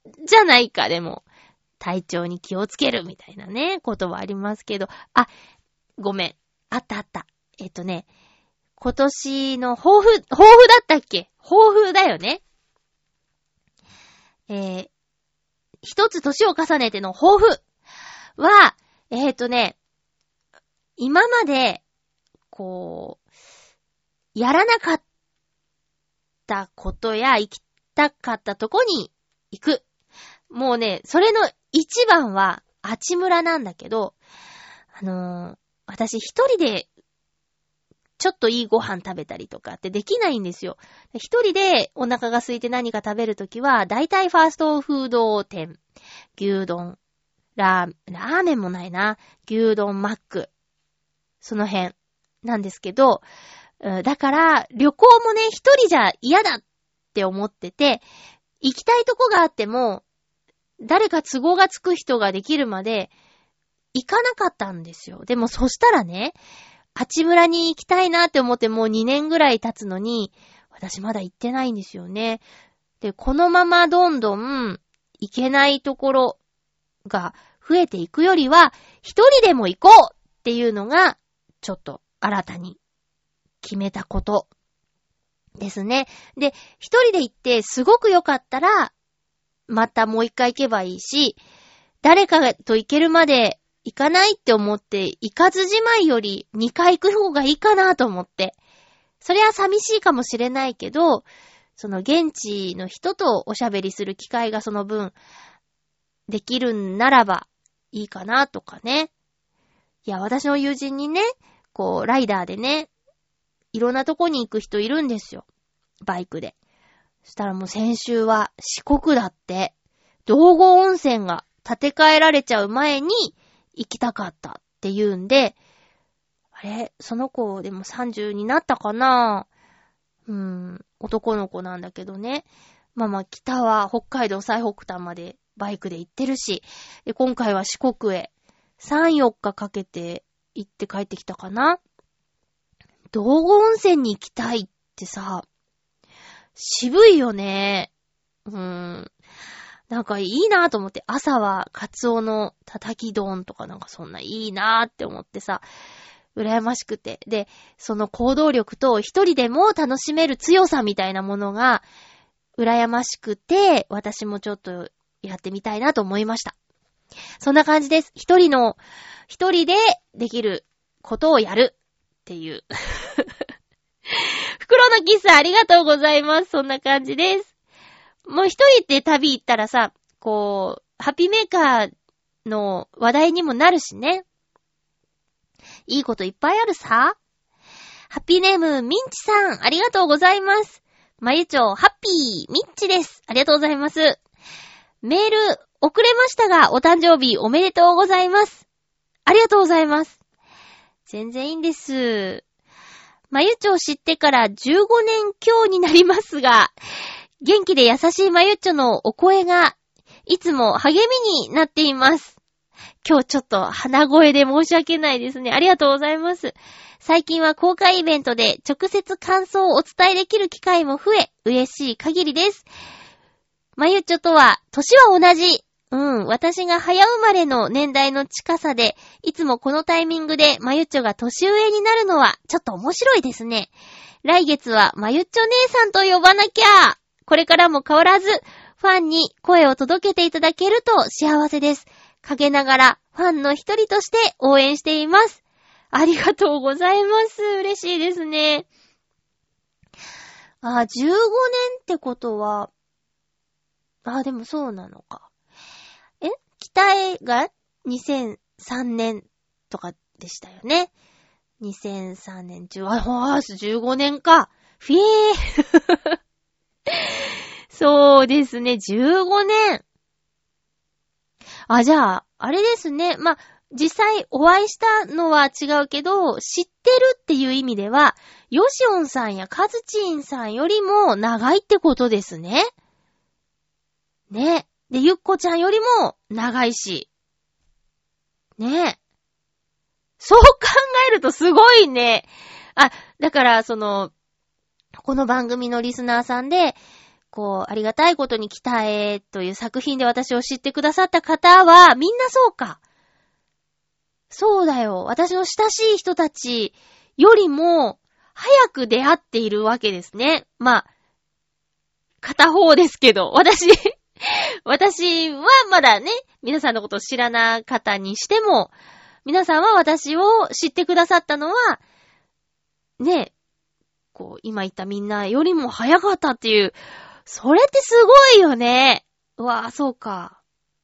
じゃないか、でも。体調に気をつけるみたいなね、ことはありますけど。あ、ごめん。あったあった。えっとね、今年の抱負、抱負だったっけ？抱負だよね。えー、一つ年を重ねての抱負は、えっとね、今まで、こう、やらなかったことや行きたかったとこに行く。もうね、それの一番は、あちむらなんだけど、あのー、私一人で、ちょっといいご飯食べたりとかってできないんですよ。一人でお腹が空いて何か食べるときは、だいたいファーストフード店、牛丼、ラー、ラーメンもないな、牛丼、マック、その辺なんですけど、だから旅行もね、一人じゃ嫌だって思ってて、行きたいとこがあっても、誰か都合がつく人ができるまで行かなかったんですよ。でもそしたらね、あちむらに行きたいなって思ってもうにねんぐらい経つのに、私まだ行ってないんですよね。で、このままどんどん行けないところが増えていくよりは、一人でも行こうっていうのが、ちょっと新たに決めたことですね。で、一人で行ってすごく良かったら、またもう一回行けばいいし、誰かと行けるまで行かないって思って、行かずじまいよりにかい行く方がいいかなと思って。それは寂しいかもしれないけど、その現地の人とおしゃべりする機会がその分できるんならばいいかなとかね。いや、私の友人にね、こう、ライダーでね、いろんなとこに行く人いるんですよ。バイクで。そしたらもう先週は四国だって、道後温泉が建て替えられちゃう前に行きたかったっていうんで、あれ、その子でもさんじゅうになったかな？うーん、男の子なんだけどね。まあまあ北は北海道最北端までバイクで行ってるし、で今回は四国へさん、よっかかけて行って帰ってきたかな。道後温泉に行きたいってさ、渋いよね。うーん。なんかいいなと思って、朝はカツオのたたき丼とかなんかそんないいなって思ってさ、羨ましくて。で、その行動力と一人でも楽しめる強さみたいなものが羨ましくて、私もちょっとやってみたいなと思いました。そんな感じです。一人の、一人でできることをやるっていう。袋のキスありがとうございます。そんな感じです。もう一人って旅行ったらさ、こう、ハッピーメーカーの話題にもなるしね。いいこといっぱいあるさ。ハッピーネーム、ミンチさん、ありがとうございます。まゆちょ、ハッピー、ミンチです。ありがとうございます。メール、遅れましたが、お誕生日おめでとうございます。ありがとうございます。全然いいんです。まゆちょを知ってからじゅうごねん強になりますが、元気で優しいまゆちょのお声がいつも励みになっています。今日ちょっと鼻声で申し訳ないですね。ありがとうございます。最近は公開イベントで直接感想をお伝えできる機会も増え、嬉しい限りです。まゆちょとは年は同じ。うん、私が早生まれの年代の近さで、いつもこのタイミングでまゆちょが年上になるのはちょっと面白いですね。来月はまゆちょ姉さんと呼ばなきゃ。これからも変わらずファンに声を届けていただけると幸せです。陰ながらファンの一人として応援しています。ありがとうございます。嬉しいですね。あ、じゅうごねんってことは、あ、でもそうなのか。え？北へがにせんさんねんとかでしたよね。にせんさんねん、じゅう、あ、じゅうごねんか。ふえー。そうですね、じゅうごねん。あ、じゃあ、あれですね。まあ、実際お会いしたのは違うけど、知ってるっていう意味では、ヨシオンさんやカズチンさんよりも長いってことですね。ね。で、ゆっこちゃんよりも長いし。ね。そう考えるとすごいね。あ、だから、その、この番組のリスナーさんで、 こう、ありがたいことに北へという作品で私を知ってくださった方は、みんなそうか。そうだよ。私の親しい人たちよりも、早く出会っているわけですね。まあ、片方ですけど、私、私はまだね、皆さんのことを知らなかったにしても、皆さんは私を知ってくださったのは、ね、こう、今言ったみんなよりも早かったっていう、それってすごいよね。うわぁ、そうか。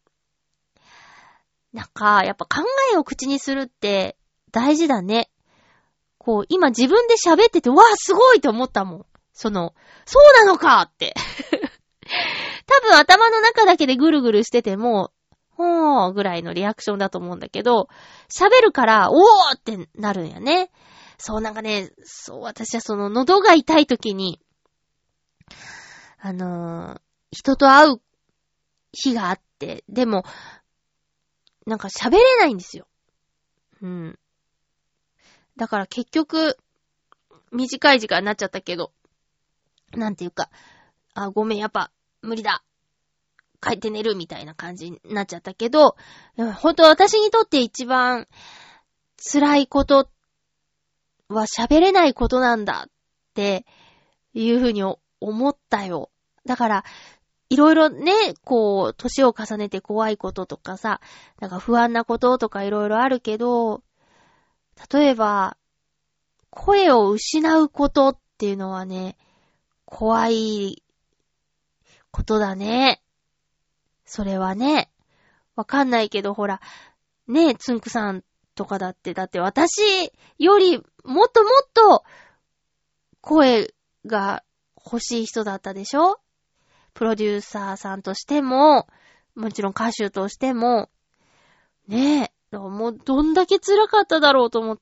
なんか、やっぱ考えを口にするって大事だね。こう、今自分で喋ってて、わぁ、すごいと思ったもん。その、そうなのかって。多分頭の中だけでぐるぐるしてても、ほーぐらいのリアクションだと思うんだけど、喋るから、おーってなるんやね。そう、なんかね、そう、私はその喉が痛い時に、あのー、人と会う日があって、でも、なんか喋れないんですよ。うん。だから結局、短い時間になっちゃったけど、なんていうか、あ、ごめん、やっぱ、無理だ。帰って寝るみたいな感じになっちゃったけど、本当私にとって一番辛いことは喋れないことなんだっていうふうに思ったよ。だから、いろいろね、こう、年を重ねて怖いこととかさ、なんか不安なこととかいろいろあるけど、例えば、声を失うことっていうのはね、怖いことだね。それはね、わかんないけど、ほら、ねえ、つんくさんとかだって、だって私よりもっともっと声が欲しい人だったでしょ？プロデューサーさんとしても、もちろん歌手としても、ねえ、もうどんだけ辛かっただろうと思って、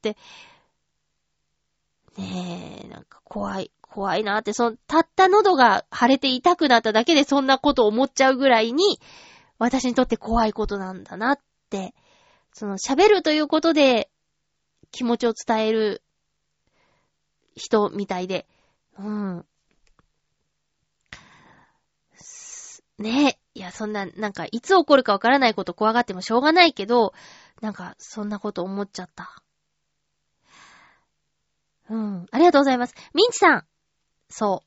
ねえ、なんか怖い、怖いなって、その、たった喉が腫れて痛くなっただけでそんなこと思っちゃうぐらいに、私にとって怖いことなんだなって、その喋るということで気持ちを伝える人みたいで、うん。ねえ、いや、そんな、なんか、いつ起こるかわからないこと怖がってもしょうがないけど、なんか、そんなこと思っちゃった。うん。ありがとうございます。ミンチさん。そう。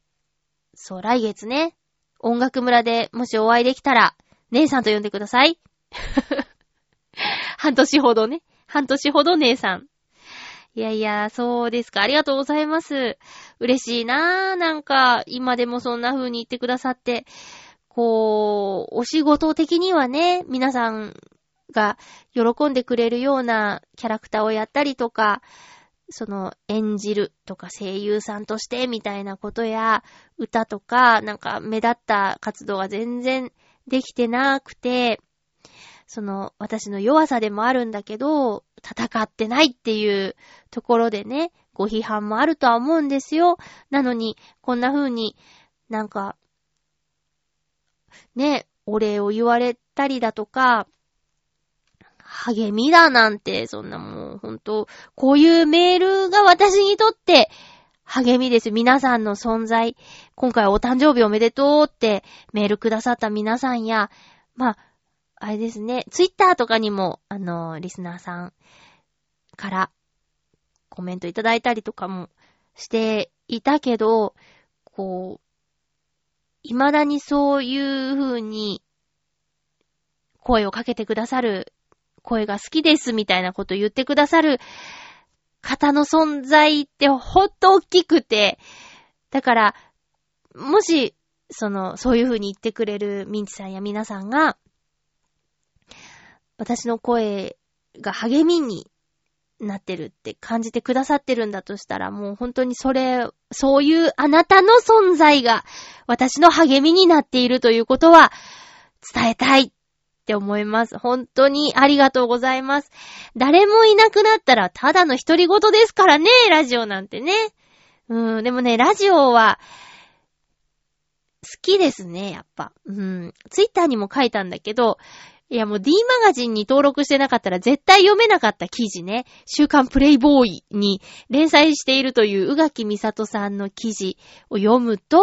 そう、来月ね。音楽村でもしお会いできたら、姉さんと呼んでください。半年ほどね。半年ほど姉さん。いやいや、そうですか。ありがとうございます。嬉しいなぁ。なんか、今でもそんな風に言ってくださって。こう、お仕事的にはね、皆さんが喜んでくれるようなキャラクターをやったりとか、その演じるとか声優さんとしてみたいなことや、歌とかなんか目立った活動が全然できてなくて、その私の弱さでもあるんだけど、戦ってないっていうところでね、ご批判もあるとは思うんですよ。なのに、こんな風になんか、ね、お礼を言われたりだとか、励みだなんて、そんなもうほんと、こういうメールが私にとって励みです。皆さんの存在、今回お誕生日おめでとうってメールくださった皆さんや、まあ、あれですね、ツイッターとかにも、あの、リスナーさんからコメントいただいたりとかもしていたけど、こう、未だにそういう風に声をかけてくださる、声が好きですみたいなことを言ってくださる方の存在ってほんと大きくて、だから、もし、その、そういう風に言ってくれるミンチさんや皆さんが、私の声が励みになってるって感じてくださってるんだとしたら、もう本当にそれ、そういうあなたの存在が私の励みになっているということは伝えたいって思います。本当にありがとうございます。誰もいなくなったらただの独り言ですからね、ラジオなんてね。うん、でもね、ラジオは好きですね、やっぱ。うん、ツイッターにも書いたんだけど、いやもう D マガジンに登録してなかったら絶対読めなかった記事ね。週刊プレイボーイに連載しているという宇垣美里さんの記事を読むと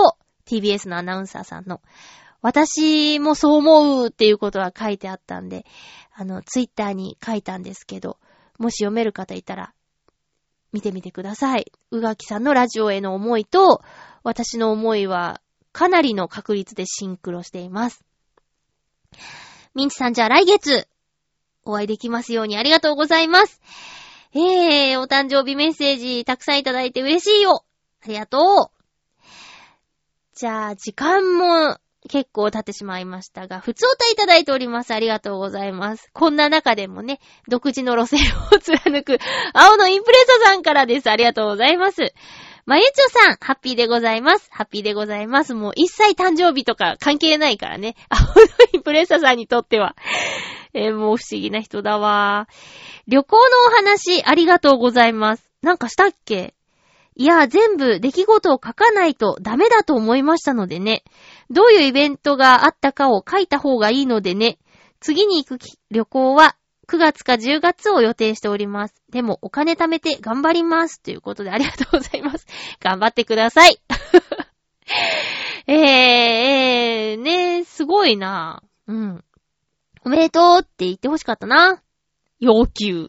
ティービーエス のアナウンサーさんの。私もそう思うっていうことは書いてあったんで、あの、ツイッターに書いたんですけど、もし読める方いたら、見てみてください。うがきさんのラジオへの思いと、私の思いは、かなりの確率でシンクロしています。ミンチさん、じゃあ来月、お会いできますようにありがとうございます。えー、お誕生日メッセージたくさんいただいて嬉しいよ。ありがとう。じゃあ、時間も結構経ってしまいましたが、ふつおたいただいております。ありがとうございます。こんな中でもね、独自の路線を貫く、青のインプレッサさんからです。ありがとうございます。まゆちょさん、ハッピーでございます。ハッピーでございます。もう一切誕生日とか関係ないからね。青のインプレッサさんにとっては。えー、もう不思議な人だわ。旅行のお話、ありがとうございます。なんかしたっけ？いや、全部出来事を書かないとダメだと思いましたのでね。どういうイベントがあったかを書いた方がいいのでね。次に行く旅行はくがつかじゅうがつを予定しております。でもお金貯めて頑張ります。ということでありがとうございます。頑張ってください。えー、えー、ね、すごいな。うん。おめでとうって言ってほしかったな。要求。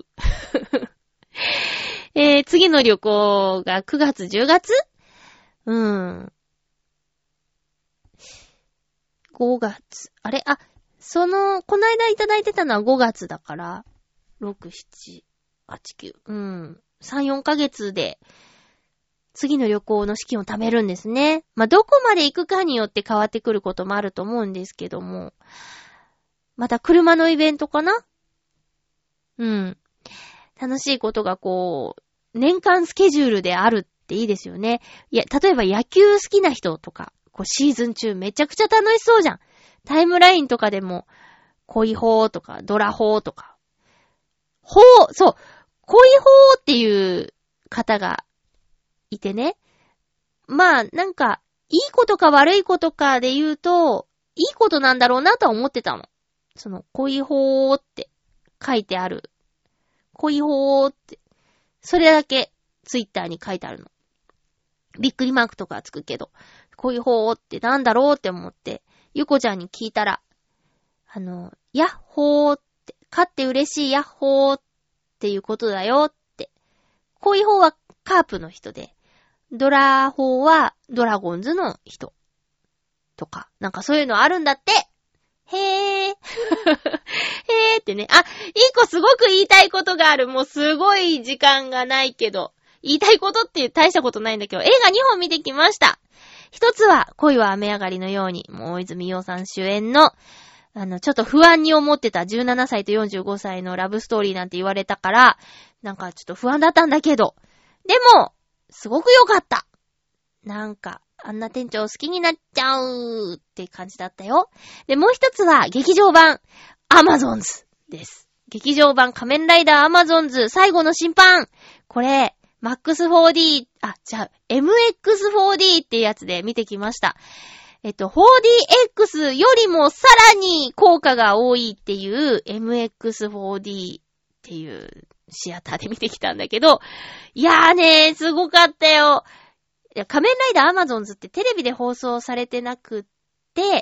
えー、次の旅行がくがつじゅうがつ？うん。ごがつ。あれ？あ、その、この間いただいてたのはごがつだから、ろく、しち、はち、きゅう。うん。さん、よんかげつで、次の旅行の資金を貯めるんですね。まあ、どこまで行くかによって変わってくることもあると思うんですけども。また車のイベントかな？うん。楽しいことがこう、年間スケジュールであるっていいですよね。いや、例えば野球好きな人とか、こうシーズン中めちゃくちゃ楽しそうじゃん。タイムラインとかでも、恋法とか、ドラ法とか。法、そう、恋法っていう方がいてね。まあ、なんか、いいことか悪いことかで言うと、いいことなんだろうなとは思ってたの。その、恋法って書いてある。恋法って。それだけツイッターに書いてあるの。びっくりマークとかつくけど、恋法ってなんだろうって思って、ゆこちゃんに聞いたら、あの、ヤッホーって、勝って嬉しいヤッホーっていうことだよって。恋法はカープの人で、ドラ法はドラゴンズの人。とか、なんかそういうのあるんだって。へー。へーってね。あ、一個すごく言いたいことがある。もうすごい時間がないけど。言いたいことって大したことないんだけど、映画にほん見てきました。一つは、恋は雨上がりのように、もう大泉洋さん主演の、あの、ちょっと不安に思ってたじゅうななさいとよんじゅうごさいのラブストーリーなんて言われたから、なんかちょっと不安だったんだけど、でも、すごく良かった。なんか、あんな店長好きになっちゃうって感じだったよ。で、もう一つは劇場版アマゾンズです。劇場版仮面ライダーアマゾンズ最後の審判。これ、マックスフォーディー、あ、じゃあ、エムエックスフォーディー っていうやつで見てきました。えっと、フォーディーエックス よりもさらに効果が多いっていう エムエックスフォーディー っていうシアターで見てきたんだけど、いやーねー、すごかったよ。いや、仮面ライダーアマゾンズってテレビで放送されてなくって、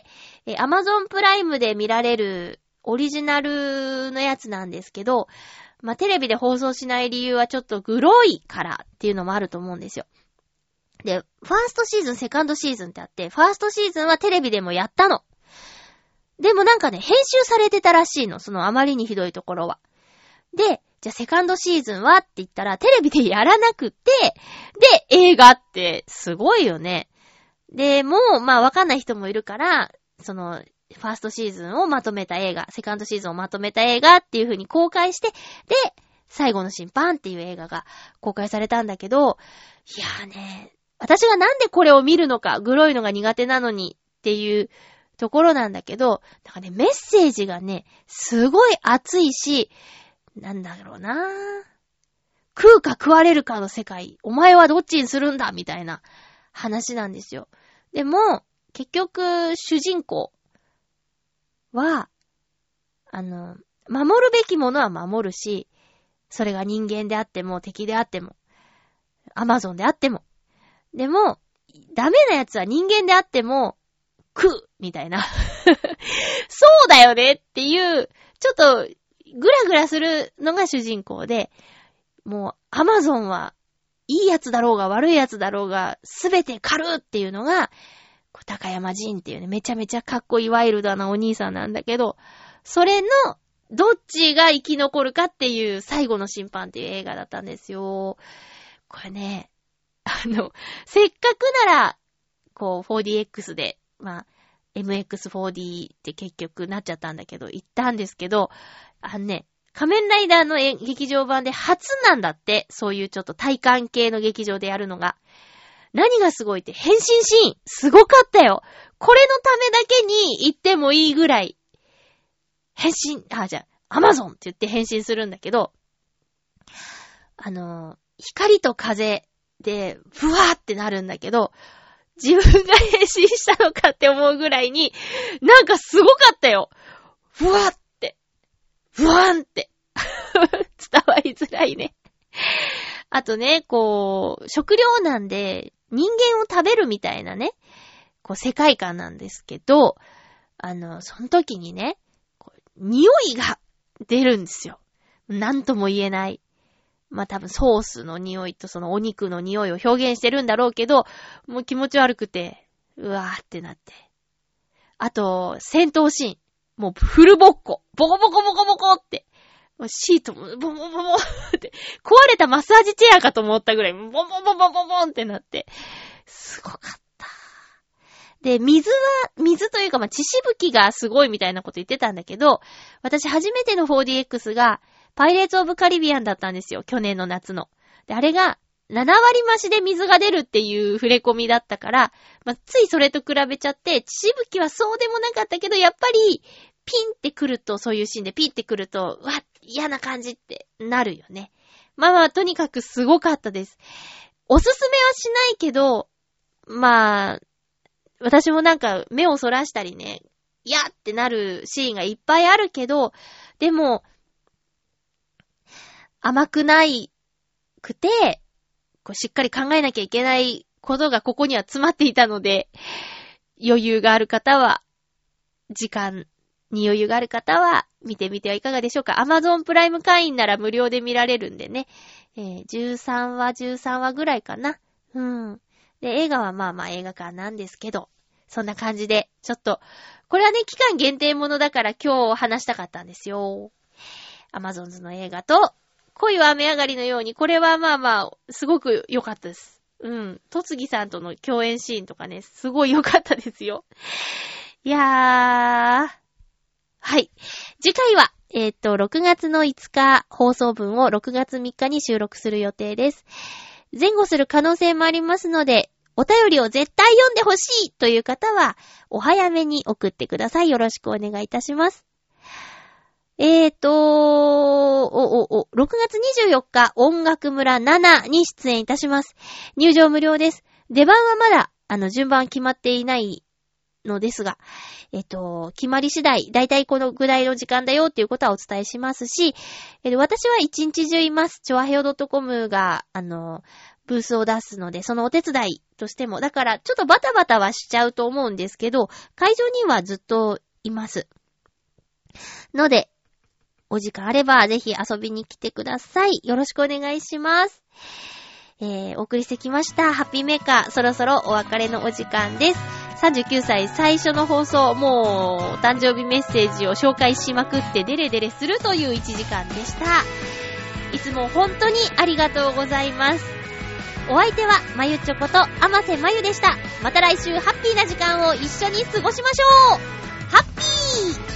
え、アマゾンプライムで見られるオリジナルのやつなんですけど、まあ、テレビで放送しない理由はちょっとグロいからっていうのもあると思うんですよ。で、ファーストシーズン、セカンドシーズンってあって、ファーストシーズンはテレビでもやったの。でもなんかね、編集されてたらしいの。そのあまりにひどいところは。で、じゃあセカンドシーズンはって言ったらテレビでやらなくて、で、映画ってすごいよね。で、もう、まあわかんない人もいるから、その、ファーストシーズンをまとめた映画、セカンドシーズンをまとめた映画っていう風に公開して、で、最後の審判っていう映画が公開されたんだけど、いやーね、私がなんでこれを見るのか、グロいのが苦手なのにっていうところなんだけど、なんかね、メッセージがね、すごい熱いし、なんだろうなぁ。食うか食われるかの世界、お前はどっちにするんだみたいな話なんですよ。でも、結局、主人公は、あの、守るべきものは守るし、それが人間であっても敵であっても、アマゾンであっても。でも、 ダメなやつは人間であっても、食うみたいな。そうだよねっていう、ちょっと、グラグラするのが主人公で、もう、アマゾンはいいやつだろうが悪いやつだろうが、すべて狩るっていうのが、高山仁っていうね、めちゃめちゃかっこいいワイルドなお兄さんなんだけど、それの、どっちが生き残るかっていう最後の審判っていう映画だったんですよ。これね、あの、せっかくなら、こう、フォーディーエックス で、まあ、エムエックスフォーディー って結局なっちゃったんだけど、行ったんですけど、あのね、仮面ライダーの劇場版で初なんだって、そういうちょっと体感系の劇場でやるのが。何がすごいって変身シーン、すごかったよ。これのためだけに行ってもいいぐらい、変身、あ、じゃあ、アマゾンって言って変身するんだけど、あの、光と風で、ふわーってなるんだけど、自分が変身したのかって思うぐらいに、なんかすごかったよ。ふわって。ふわんって。伝わりづらいね。あとね、こう、食料なんで、人間を食べるみたいなね、こう、世界観なんですけど、あの、その時にね、こう匂いが出るんですよ。なんとも言えない。まあ、多分ソースの匂いとそのお肉の匂いを表現してるんだろうけど、もう気持ち悪くて、うわーってなって。あと、戦闘シーン。もうフルボッコ。ボコボコボコボコって。シートもボボボボって。壊れたマッサージチェアかと思ったぐらい、ボボボボボボンってなって。すごかった。で、水は、水というかまあ、血しぶきがすごいみたいなこと言ってたんだけど、私初めての フォーディーエックス が、パイレーツ・オブ・カリビアンだったんですよ。去年の夏の。で、あれが、ななわり増しで水が出るっていう触れ込みだったから、まあ、ついそれと比べちゃって、血しぶきはそうでもなかったけど、やっぱり、ピンってくると、そういうシーンでピンってくると、うわ、嫌な感じってなるよね。まあまあ、とにかくすごかったです。おすすめはしないけど、まあ、私もなんか目をそらしたりね、いやってなるシーンがいっぱいあるけど、でも、甘くないくて、こうしっかり考えなきゃいけないことがここには詰まっていたので、余裕がある方は、時間に余裕がある方は見てみてはいかがでしょうか。Amazon プライム会員なら無料で見られるんでね、えー、じゅうさんわじゅうさんわぐらいかな。うん。で、映画はまあまあ映画館なんですけど、そんな感じで、ちょっと、これはね、期間限定ものだから今日話したかったんですよ。Amazon の映画と、恋は雨上がりのように、これはまあまあ、すごく良かったです。うん。戸次さんとの共演シーンとかね、すごい良かったですよ。いやー。はい。次回は、えっと、ろくがつのいつか放送分をろくがつみっかに収録する予定です。前後する可能性もありますので、お便りを絶対読んでほしいという方は、お早めに送ってください。よろしくお願いいたします。えーとー、お、お、お、ろくがつにじゅうよっか、音楽村ななに出演いたします。入場無料です。出番はまだ、あの、順番決まっていないのですが、えっと、決まり次第、だいたいこのぐらいの時間だよっていうことはお伝えしますし、えっと、私は一日中います。チョアヘオ .com が、あの、ブースを出すので、そのお手伝いとしても、だから、ちょっとバタバタはしちゃうと思うんですけど、会場にはずっといます。ので、お時間あればぜひ遊びに来てください。よろしくお願いします。えー、お送りしてきましたハッピーメーカー、そろそろお別れのお時間です。さんじゅうきゅうさい最初の放送、もうお誕生日メッセージを紹介しまくってデレデレするといういちじかんでした。いつも本当にありがとうございます。お相手はまゆちょこと甘瀬まゆでした。また来週ハッピーな時間を一緒に過ごしましょう。ハッピー